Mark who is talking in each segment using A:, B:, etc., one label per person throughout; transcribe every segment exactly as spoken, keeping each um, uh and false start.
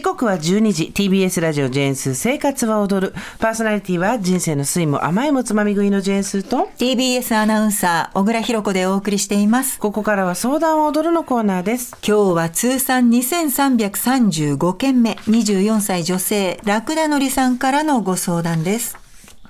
A: 刻はじゅうにじ ティービーエス ラジオジェーンスー生活は踊る。パーソナリティは人生の酸いも甘いもつまみ食いのジェーンスーと
B: ティービーエス アナウンサー小倉弘子でお送りしています。
A: ここからは相談を踊るのコーナーです。
B: 今日は通算にせんさんびゃくさんじゅうごけんめ、にじゅうよんさい女性ラクダのりさんからのご相談です。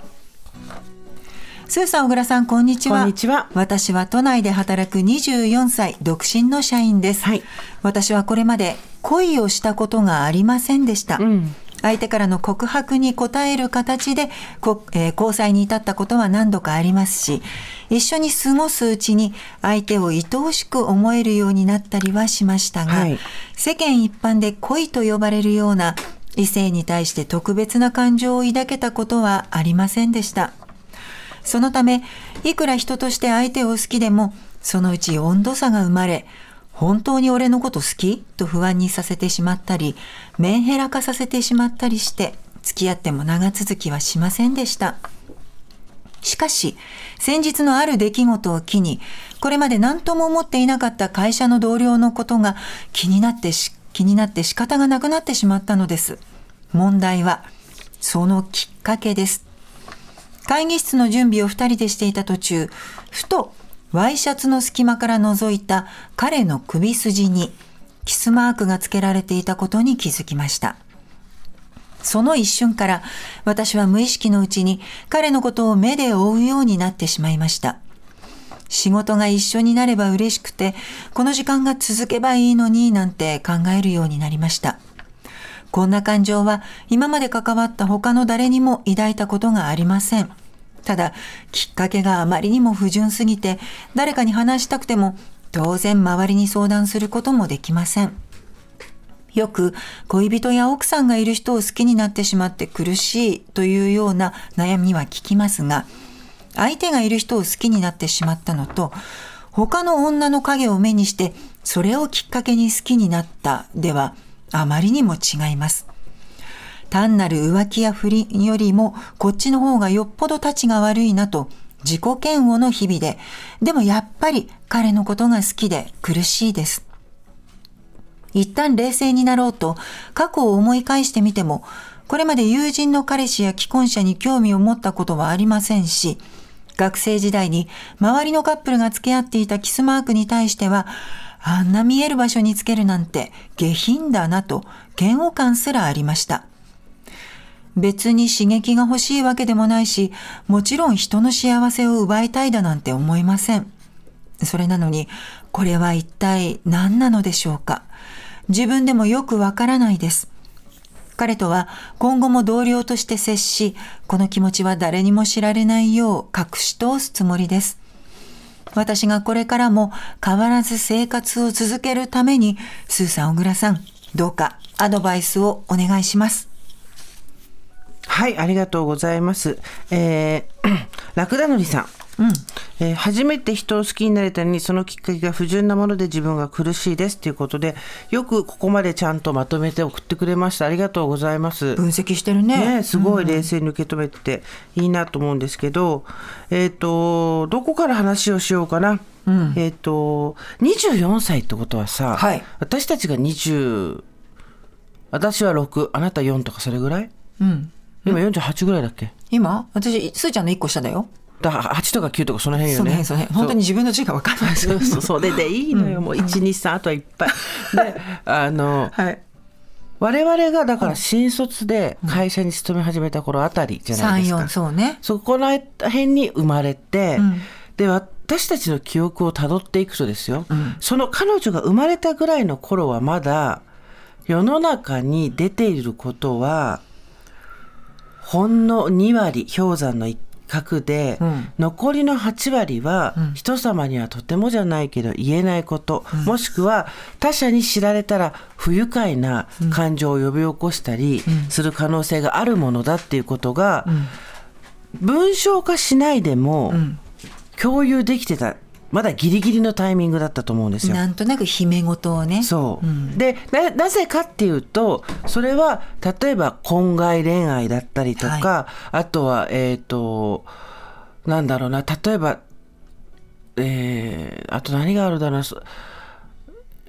B: スーさん、小倉さん、こんにちは。
A: こんにちは。
B: 私は都内で働くにじゅうよんさい独身の社員です、
A: はい、
B: 私はこれまで恋をしたことがありませんでした、うん、相手からの告白に応える形で、えー、交際に至ったことは何度かありますし、一緒に過ごすうちに相手を愛おしく思えるようになったりはしましたが、はい、世間一般で恋と呼ばれるような異性に対して特別な感情を抱けたことはありませんでした。そのため、いくら人として相手を好きでも、そのうち温度差が生まれ、本当に俺のこと好き？と不安にさせてしまったり、メンヘラ化させてしまったりして、付き合っても長続きはしませんでした。しかし、先日のある出来事を機に、これまで何とも思っていなかった会社の同僚のことが気になってし、気になって仕方がなくなってしまったのです。問題は、そのきっかけです。会議室の準備を二人でしていた途中、ふとワイシャツの隙間から覗いた彼の首筋にキスマークがつけられていたことに気づきました。その一瞬から私は無意識のうちに彼のことを目で追うようになってしまいました。仕事が一緒になれば嬉しくて、この時間が続けばいいのになんて考えるようになりました。こんな感情は今まで関わった他の誰にも抱いたことがありません。ただ、きっかけがあまりにも不純すぎて、誰かに話したくても当然周りに相談することもできません。よく恋人や奥さんがいる人を好きになってしまって苦しいというような悩みは聞きますが、相手がいる人を好きになってしまったのと、他の女の影を目にしてそれをきっかけに好きになったではあまりにも違います。単なる浮気や不倫よりもこっちの方がよっぽどたちが悪いなと自己嫌悪の日々で、でもやっぱり彼のことが好きで苦しいです。一旦冷静になろうと過去を思い返してみても、これまで友人の彼氏や既婚者に興味を持ったことはありませんし、学生時代に周りのカップルが付き合っていたキスマークに対しては、あんな見える場所につけるなんて下品だなと嫌悪感すらありました。別に刺激が欲しいわけでもないし、もちろん人の幸せを奪いたいだなんて思いません。それなのに、これは一体何なのでしょうか。自分でもよくわからないです。彼とは今後も同僚として接し、この気持ちは誰にも知られないよう隠し通すつもりです。私がこれからも変わらず生活を続けるために、スーさん、小倉さん、どうかアドバイスをお願いします。
A: はい、ありがとうございます。えー、ラクダのりさん、うんえー、初めて人を好きになれたのに、そのきっかけが不純なもので自分が苦しいですということで、よくここまでちゃんとまとめて送ってくれました。ありがとうございます。
B: 分析してる ね,
A: ねすごい冷静に受け止めていいなと思うんですけど、うん、えっ、ー、とどこから話をしようかな。うん、えっ、ー、とにじゅうよんさいってことはさ、はい、私たちがにじゅう、私はろく、あなたよんとかそれぐらい、うん今よんじゅうはちぐらいだっけ。
B: 今私スーちゃんのいっこ下だよ。
A: だはちとかきゅうとかその辺よね。
B: その辺その辺本当に自分の字が分かんない。
A: そうそうそれでいいのよ、うん、もういちにさんあとはいっぱいであの、はい、我々がだから新卒で会社に勤め始めた頃あたりじゃないですか、
B: さん、よんそうね。
A: そこら辺に生まれて、うん、で私たちの記憶をたどっていくとですよ、うん、その彼女が生まれたぐらいの頃はまだ世の中に出ていることはほんのにわり氷山の一角で、うん、残りのはちわりは、うん、人様にはとてもじゃないけど言えないこと、うん、もしくは他者に知られたら不愉快な感情を呼び起こしたりする可能性があるものだっていうことが、うん、文章化しないでも、うん、共有できてたまだギリギリのタイミングだったと思うんですよ。
B: なんとなく秘め事をね。
A: そう、うん、で な, なぜかっていうと、それは例えば婚外恋愛だったりとか、はい、あとはえっ、ー、となんだろうな、例えば、えー、あと何があるだろうな、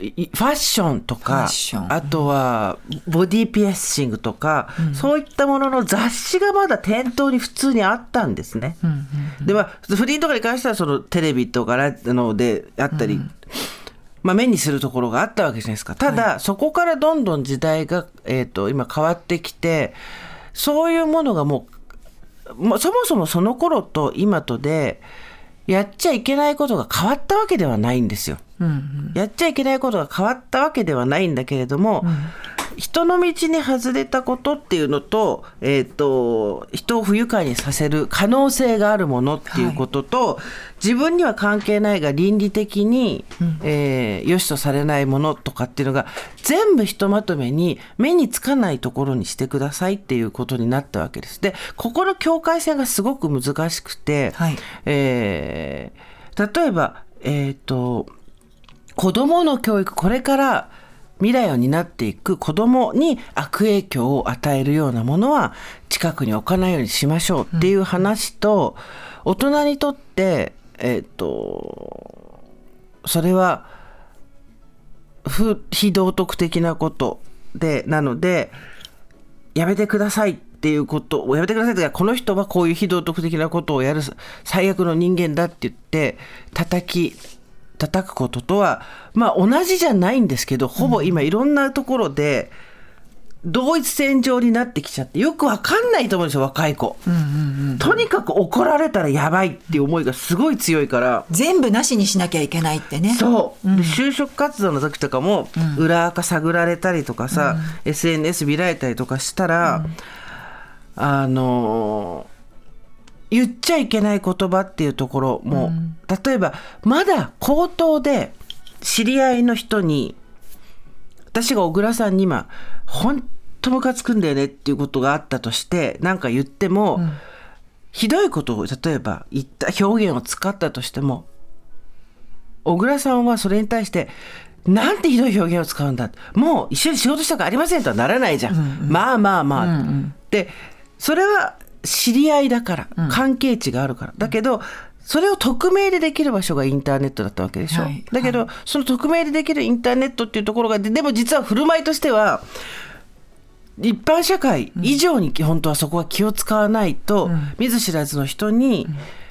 A: ファッションとかあとはボディピアッシングとか、うん、そういったものの雑誌がまだ店頭に普通にあったんですね、うんうんうん、でまあ不倫とかに関してはそのテレビとかのであったり、うん、まあ、目にするところがあったわけじゃないですか。ただ、はい、そこからどんどん時代が、えーと、今変わってきてそういうものがもう、もうそもそもその頃と今とでやっちゃいけないことが変わったわけではないんですよ、うんうん、やっちゃいけないことが変わったわけではないんだけれども、うん、人の道に外れたことっていうのと、えーと、人を不愉快にさせる可能性があるものっていうことと、はい、自分には関係ないが倫理的に、うん、えー、良しとされないものとかっていうのが全部ひとまとめに目につかないところにしてくださいっていうことになったわけです。でここの境界線がすごく難しくて、はい、えー、例えば、えーと、子どもの教育、これから未来を担っていく子どもに悪影響を与えるようなものは近くに置かないようにしましょうっていう話と、うん、大人にとってえーと、それは不非道徳的なことで、なのでやめてくださいっていうことをやめてくださいというか、この人はこういう非道徳的なことをやる最悪の人間だって言って叩き叩くこととはまあ同じじゃないんですけど、ほぼ今いろんなところで同一線上になってきちゃってよくわかんないと思うんですよ、若い子、うんうんうん、とにかく怒られたらやばいっていう思いがすごい強いから
B: 全部なしにしなきゃいけないってね。
A: そう、うん、で就職活動の時とかも、うん、裏垢探られたりとかさ、うん、エスエヌエス 見られたりとかしたら、うん、あの言っちゃいけない言葉っていうところも、うん、例えばまだ口頭で知り合いの人に私が小倉さんに今本当ムカつくんだよねっていうことがあったとして何か言っても、うん、ひどいことを例えば言った表現を使ったとしても小倉さんはそれに対してなんてひどい表現を使うんだ、もう一緒に仕事したくありませんとはならないじゃん、うんうん、まあまあまあ、うんうん、でそれは知り合いだから、うん、関係値があるからだけど、それを匿名でできる場所がインターネットだったわけでしょ、はい、だけど、はい、その匿名でできるインターネットっていうところが で, でも実は振る舞いとしては一般社会以上に本当はそこは気を使わないと、うん、見ず知らずの人に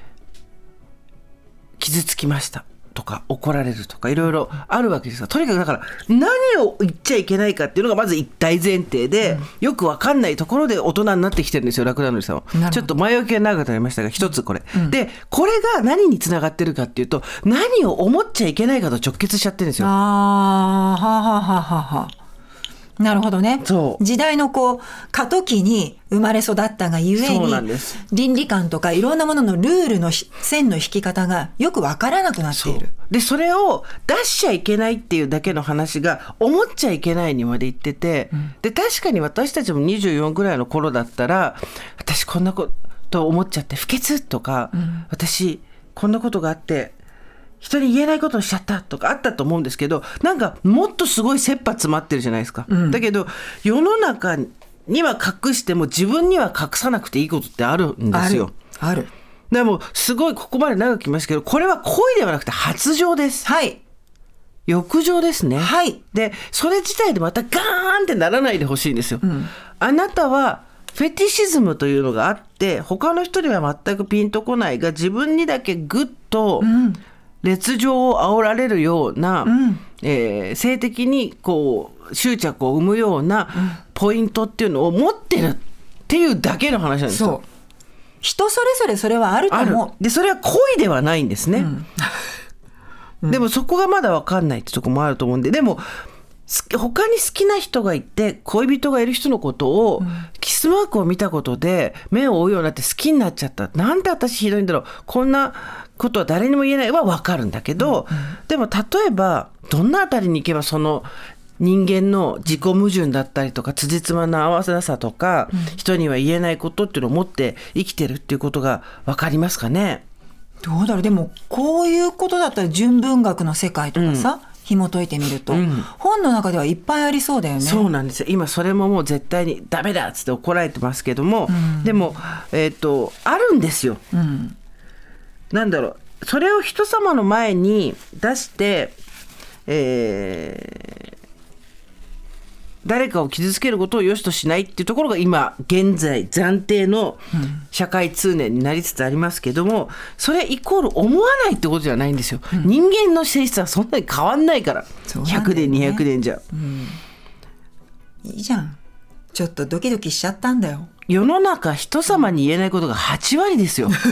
A: 傷つきましたとか怒られるとかいろいろあるわけですが、とにかくだから何を言っちゃいけないかっていうのがまず一大前提で、うん、よく分かんないところで大人になってきてるんですよ、ラクダノリさんは。ちょっと前置きが長くなりましたが一つこれ、うん、でこれが何につながってるかっていうと何を思っちゃいけないかと直結しちゃってるんですよ。
B: あーはははははなるほどね。時代のこう過渡期に生まれ育ったがゆえに倫理観とかいろんなもののルールの線の引き方がよく分からなくなっている。
A: そでそれを出しちゃいけないっていうだけの話が思っちゃいけないにまで言ってて、うん、で確かに私たちもにじゅうよんぐらいの頃だったら私こんなこと思っちゃって不潔とか、うん、私こんなことがあって人に言えないことをしちゃったとかあったと思うんですけど、なんかもっとすごい切羽詰まってるじゃないですか、うん、だけど世の中には隠しても自分には隠さなくていいことってあるんですよ。
B: あるある。
A: でもすごいここまで長く来ましたけど、これは恋ではなくて発情です。
B: はい、
A: 欲情ですね。
B: はい。
A: でそれ自体でまたガーンってならないでほしいんですよ、うん、あなたはフェティシズムというのがあって他の人には全くピンとこないが自分にだけグッと、うん烈情を煽られるような、うんえー、性的にこう執着を生むようなポイントっていうのを持ってるっていうだけの話なんですよ。
B: そう、人それぞれそれはあると思う。
A: ある。でそれは恋ではないんですね、うんうん、でもそこがまだ分かんないってとこもあると思うんで、でも他に好きな人がいて恋人がいる人のことを、うん、キスマークを見たことで目を追うようになって好きになっちゃった、なんて私ひどいんだろう、こんなことは誰にも言えないは分かるんだけど、うんうん、でも例えばどんなあたりに行けばその人間の自己矛盾だったりとか辻褄の合わせなさとか、うん、人には言えないことっていうのを持って生きてるっていうことが分かりますかね。
B: どうだろう。でもこういうことだったら純文学の世界とかさ、うん紐解いてみると、うん、本の中ではいっぱいありそうだよね。
A: そうなんですよ。今それももう絶対にダメだっつって怒られてますけども、うん、でも、えーと、あるんですよ、うん、なんだろう、それを人様の前に出して、 えー誰かを傷つけることを良しとしないっていうところが今現在暫定の社会通念になりつつありますけども、それイコール思わないってことじゃないんですよ、うん、人間の性質はそんなに変わんないから、ね、ひゃくねんにひゃくねんじゃ、うん、
B: いいじゃん。ちょっとドキドキしちゃったんだよ。
A: 世の中人様に言えないことがはちわりですよ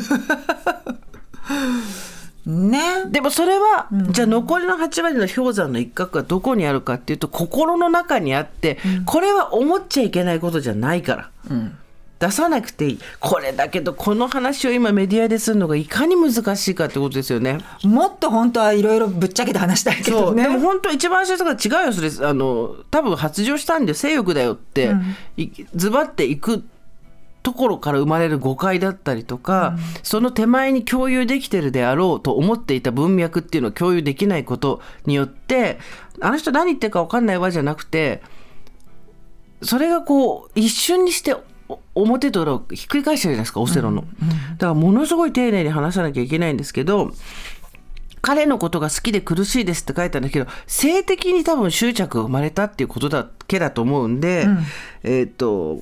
A: ね、でもそれは、うん、じゃあ残りのはちわりの氷山の一角がどこにあるかっていうと心の中にあって、うん、これは思っちゃいけないことじゃないから、うん、出さなくていい。これだけどこの話を今メディアでするのがいかに難しいかってことですよね。
B: もっと本当はいろいろぶっちゃけて話したいけどね。
A: そうでも本当一番最初から違うよそれあの多分発情したんで性欲だよって、うん、ズバっていくところから生まれる誤解だったりとか、うん、その手前に共有できてるであろうと思っていた文脈っていうのを共有できないことによってあの人何言ってるか分かんないわじゃなくて、それがこう一瞬にして表と裏をひっくり返してるじゃないですかオセロの、うんうん、だからものすごい丁寧に話さなきゃいけないんですけど、彼のことが好きで苦しいですって書いたんだけど性的に多分執着が生まれたっていうことだけだと思うんで、うん、えーっと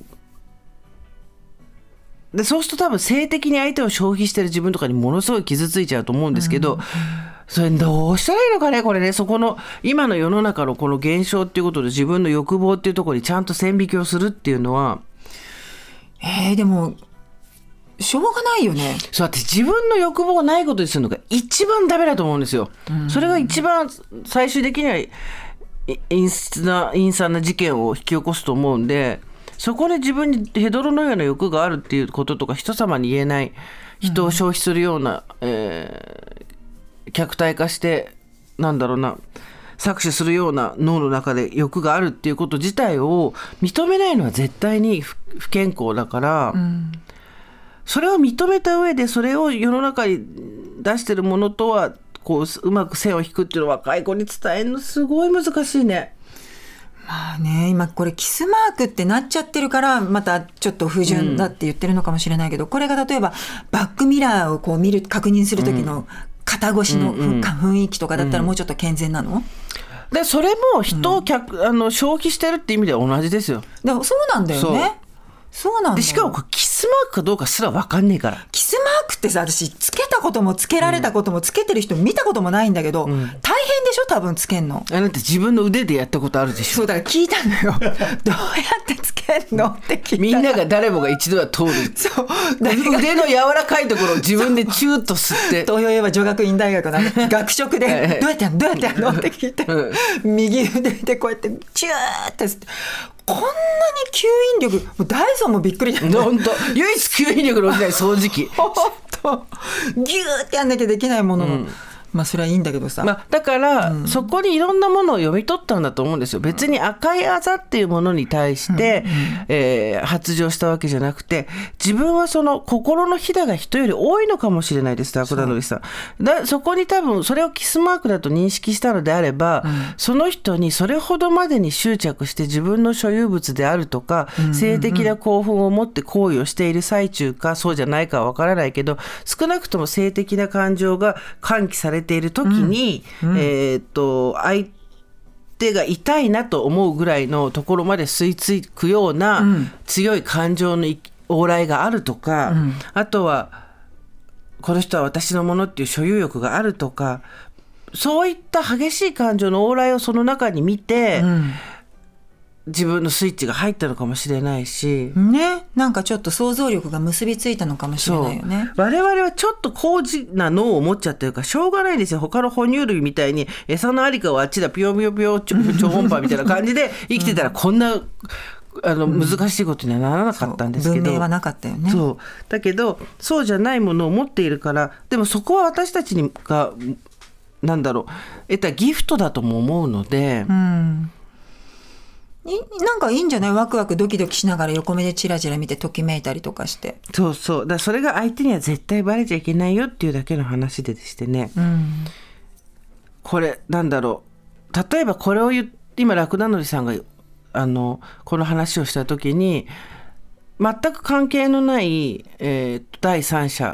A: でそうすると多分性的に相手を消費してる自分とかにものすごい傷ついちゃうと思うんですけど、うん、それどうしたらいいのかねこれね。そこの今の世の中のこの現象っていうことで自分の欲望っていうところにちゃんと線引きをするっていうのは
B: えー、でもしょうがないよね。
A: そうだって自分の欲望がないことにするのが一番ダメだと思うんですよ、うん、それが一番最終的には陰湿な陰惨な事件を引き起こすと思うんで、そこで自分にヘドロのような欲があるっていうこととか人様に言えない人を消費するような、うんえー、客体化してなんだろうな搾取するような脳の中で欲があるっていうこと自体を認めないのは絶対に不健康だから、うん、それを認めた上でそれを世の中に出してるものとはこううまく線を引くっていうのは若い子に伝えるのすごい難しいね。
B: まあね、今これキスマークってなっちゃってるからまたちょっと不純だって言ってるのかもしれないけど、うん、これが例えばバックミラーをこう見る確認する時の肩越しの雰囲気とかだったらもうちょっと健全なの、うんうん、
A: でそれも人を客、うん、あの消費してるって意味では同じですよ。
B: でもそうなんだよね。そうなんだよ。
A: でしかもこれキスマークかどうかすら分かんねえから。
B: キスマークってさ私つけたこともつけられたこともつけてる人見たこともないんだけど、うん、大変でしょ多分つけんの。
A: あなた自分の腕でやったことあるでしょ。
B: そうだから聞いたのよどうやってつけんのって聞いた。
A: みんなが誰もが一度は通るそう腕の柔らかいところを自分でチューッと吸って
B: 東洋英和女学院大学の学食でどうやってやんのどうやってやんのって聞いて、うん、右腕でこうやってチューって吸ってこんなに吸引力もうダイソンもびっくりだよね。
A: 唯一吸引力の落ちない掃除機
B: 本当ギューってやんなきゃできないものの、うんまあそれはいいんだけどさ、
A: まあ、だから、うん、そこにいろんなものを読み取ったんだと思うんですよ。別に赤いあざっていうものに対して、うんうんえー、発情したわけじゃなくて自分はその心のひだが人より多いのかもしれないですダークダノリさん。だそこに多分それをキスマークだと認識したのであれば、うん、その人にそれほどまでに執着して自分の所有物であるとか、うんうんうん、性的な興奮を持って行為をしている最中かそうじゃないかは分からないけど少なくとも性的な感情が喚起されている時に、うんうん、えー、っと相手が痛いなと思うぐらいのところまで吸い付くような強い感情の往来があるとか、うん、あとはこの人は私のものっていう所有欲があるとかそういった激しい感情の往来をその中に見て、うん自分のスイッチが入ったのかもしれないし
B: ね、なんかちょっと想像力が結びついたのかもしれないよね。
A: 我々はちょっと高次な脳を持っちゃってるからしょうがないですよ。他の哺乳類みたいに餌のありかはあっちだピヨピヨピヨちょ超音波みたいな感じで生きてたらこんな、うん、あの難しいことにはならなかったんですけど、
B: 文明はなかったよね。
A: そうだけどそうじゃないものを持っているからでもそこは私たちにがなんだろう得たギフトだとも思うので、うん
B: なんかいいんじゃない？ワクワクドキドキしながら横目でチラチラ見てときめいたりとかして。
A: そうそうだからそれが相手には絶対バレちゃいけないよっていうだけの話でしてね、うん、これなんだろう例えばこれを言今ラクダノリさんがあのこの話をした時に全く関係のない、えー、第三者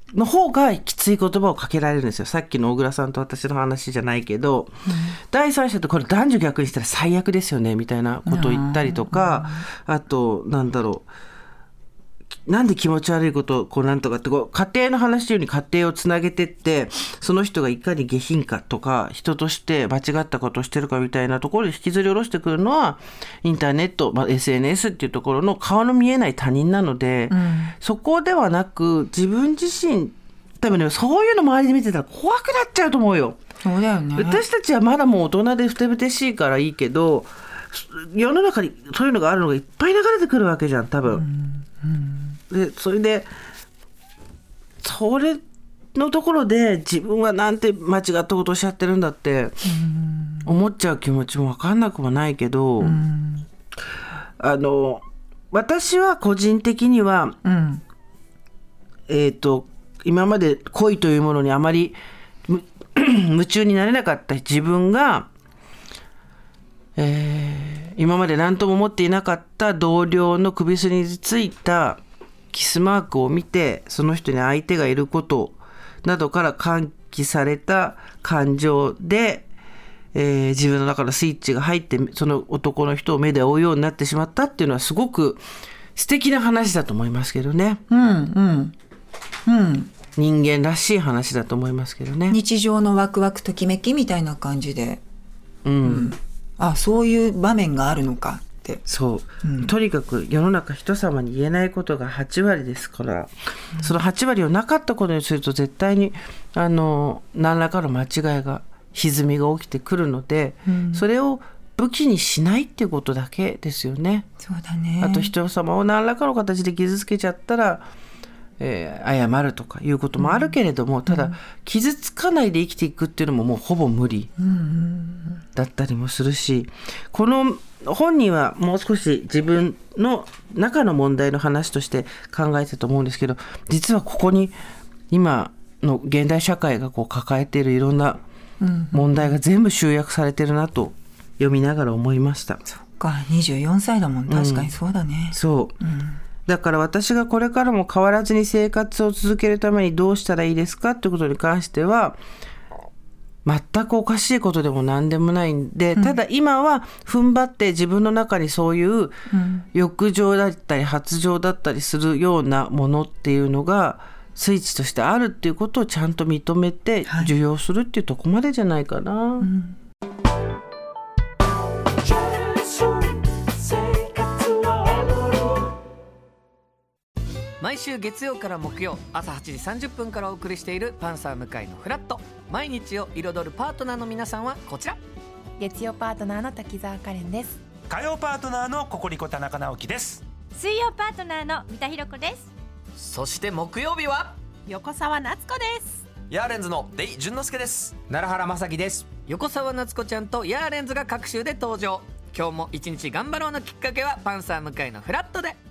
A: の方がきつい言葉をかけられるんですよ。さっきの小倉さんと私の話じゃないけど、うん、第三者とこれ男女逆にしたら最悪ですよねみたいなことを言ったりとか、あとなんだろう、なんで気持ち悪いことをこうなんとかってこう家庭の話ように家庭をつなげてって、その人がいかに下品かとか人として間違ったことをしてるかみたいなところで引きずり下ろしてくるのはインターネット、まあ、エスエヌエス っていうところの顔の見えない他人なので、うん、そこではなく自分自身多分ね、そういうの周りで見てたら怖くなっちゃうと思うよ。
B: そうだよね。
A: 私たちはまだもう大人でふてぶてしいからいいけど、世の中にそういうのがあるのがいっぱい流れてくるわけじゃん多分、うんうん、でそれでそれのところで自分はなんて間違ったことをしちゃってるんだって思っちゃう気持ちも分かんなくもないけど、うん、あの私は個人的には、うん、えっと今まで恋というものにあまり夢中になれなかった自分が、えー、今まで何とも思っていなかった同僚の首筋についたキスマークを見て、その人に相手がいることなどから喚起された感情で、えー、自分の中のスイッチが入ってその男の人を目で追うようになってしまったっていうのはすごく素敵な話だと思いますけどね。
B: うんうんうん
A: 人間らしい話だと思いますけどね。
B: 日常のワクワクときめきみたいな感じで、
A: うんうん、
B: あ、そういう場面があるのかって。
A: そう、うん、とにかく世の中人様に言えないことがはち割ですから、うん、そのはち割をなかったことにすると絶対にあの何らかの間違いが歪みが起きてくるので、うん、それを武器にしないっていうことだけですよね。
B: そうだね。
A: あと人様を何らかの形で傷つけちゃったらえー、謝るとかいうこともあるけれども、うん、ただ傷つかないで生きていくっていうのももうほぼ無理だったりもするし、この本人はもう少し自分の中の問題の話として考えてたと思うんですけど、実はここに今の現代社会がこう抱えているいろんな問題が全部集約されてるなと読みながら思いました。
B: そっか、にじゅうよんさいだもん。確かにそうだね、
A: うん、そう、うんだから私がこれからも変わらずに生活を続けるためにどうしたらいいですかってことに関しては全くおかしいことでも何でもないんで、うん、ただ今は踏ん張って自分の中にそういう欲情だったり発情だったりするようなものっていうのがスイッチとしてあるっていうことをちゃんと認めて受容するっていうとこまでじゃないかな、はいうん
C: 毎週月曜から木曜朝はちじさんじゅっぷんからお送りしているパンサー向井のフラット。毎日を彩るパートナーの皆さんはこちら。
D: 月曜パートナーの滝沢カレンです。
E: 火曜パートナーのココリコ田中直樹です。
F: 水曜パートナーの三田寛子です。
C: そして木曜日は
F: 横澤夏子です。
G: ヤーレンズのデイ淳之介です。
H: 奈良原雅樹です。
C: 横澤夏子ちゃんとヤーレンズが各週で登場。今日も一日頑張ろうのきっかけはパンサー向井のフラットで。